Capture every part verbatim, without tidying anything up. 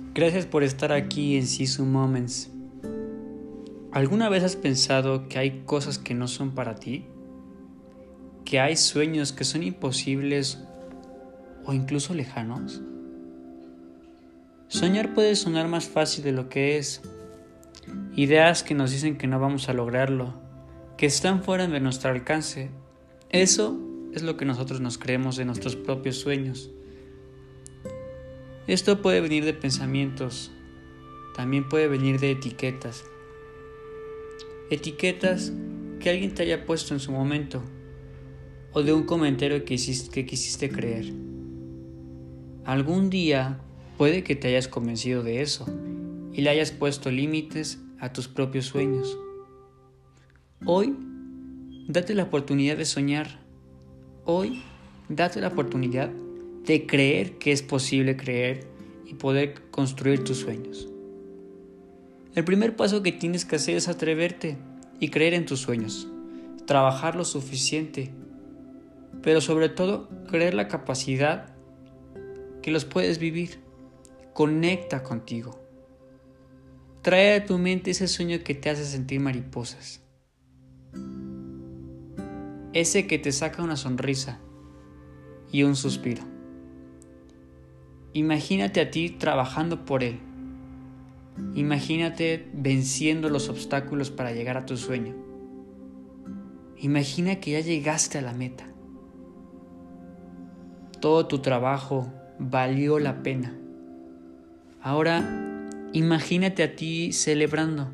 Gracias por estar aquí en Sisu Moments. ¿Alguna vez has pensado que hay cosas que no son para ti? ¿Que hay sueños que son imposibles o incluso lejanos? Soñar puede sonar más fácil de lo que es. Ideas que nos dicen que no vamos a lograrlo, que están fuera de nuestro alcance. Eso es lo que nosotros nos creemos de nuestros propios sueños. Esto puede venir de pensamientos, también puede venir de etiquetas. Etiquetas que alguien te haya puesto en su momento, o de un comentario que hiciste, que quisiste creer. Algún día puede que te hayas convencido de eso y le hayas puesto límites a tus propios sueños. Hoy, date la oportunidad de soñar. Hoy, date la oportunidad de creer que es posible creer y poder construir tus sueños. El primer paso que tienes que hacer es atreverte y creer en tus sueños, trabajar lo suficiente, pero sobre todo creer la capacidad que los puedes vivir. Conecta contigo. Trae a tu mente ese sueño que te hace sentir mariposas, ese que te saca una sonrisa y un suspiro. Imagínate a ti trabajando por él. Imagínate venciendo los obstáculos para llegar a tu sueño. Imagina que ya llegaste a la meta. Todo tu trabajo valió la pena. Ahora, imagínate a ti celebrando.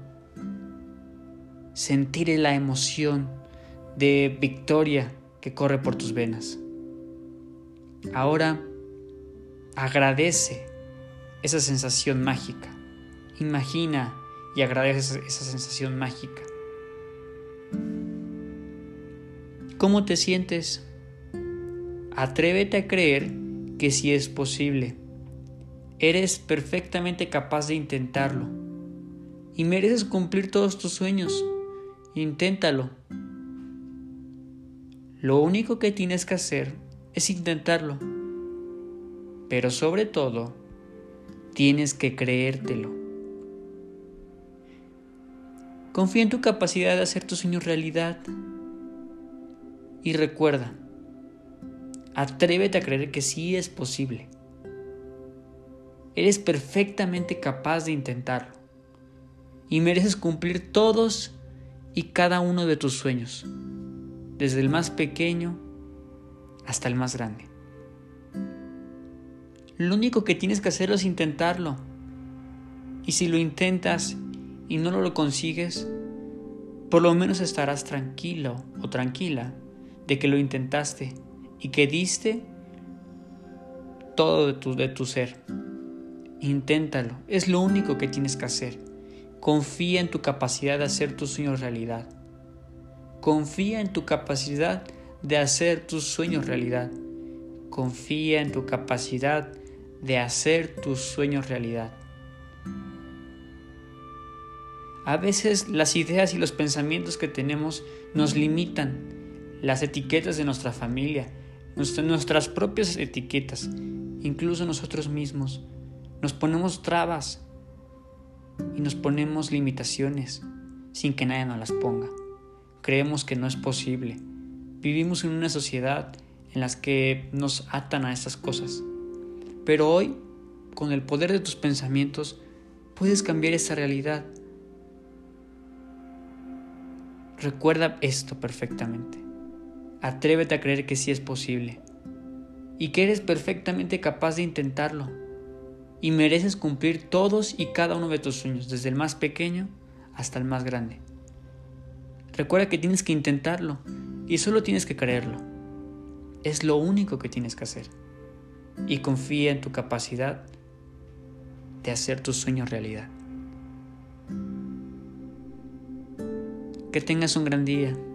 Sentir la emoción de victoria que corre por tus venas. Ahora, agradece esa sensación mágica. Imagina y agradece esa sensación mágica. ¿Cómo te sientes? Atrévete a creer que sí es posible. Eres perfectamente capaz de intentarlo. Y mereces cumplir todos tus sueños. Inténtalo. Lo único que tienes que hacer es intentarlo. Pero sobre todo, tienes que creértelo. Confía en tu capacidad de hacer tus sueños realidad. Y recuerda, atrévete a creer que sí es posible. Eres perfectamente capaz de intentarlo. Y mereces cumplir todos y cada uno de tus sueños, desde el más pequeño hasta el más grande. Lo único que tienes que hacer es intentarlo. Y si lo intentas y no lo consigues, por lo menos estarás tranquilo o tranquila de que lo intentaste y que diste todo de tu, de tu ser. Inténtalo, es lo único que tienes que hacer. Confía en tu capacidad de hacer tus sueños realidad. Confía en tu capacidad de hacer tus sueños realidad. Confía en tu capacidad de hacer tus sueños realidad. A veces las ideas y los pensamientos que tenemos nos limitan. Las etiquetas de nuestra familia, nuestras propias etiquetas, incluso nosotros mismos, nos ponemos trabas y nos ponemos limitaciones sin que nadie nos las ponga. Creemos que no es posible. Vivimos en una sociedad en la que nos atan a estas cosas. Pero hoy, con el poder de tus pensamientos, puedes cambiar esa realidad. Recuerda esto perfectamente. Atrévete a creer que sí es posible y que eres perfectamente capaz de intentarlo y mereces cumplir todos y cada uno de tus sueños, desde el más pequeño hasta el más grande. Recuerda que tienes que intentarlo y solo tienes que creerlo. Es lo único que tienes que hacer. Y confía en tu capacidad de hacer tus sueños realidad. Que tengas un gran día.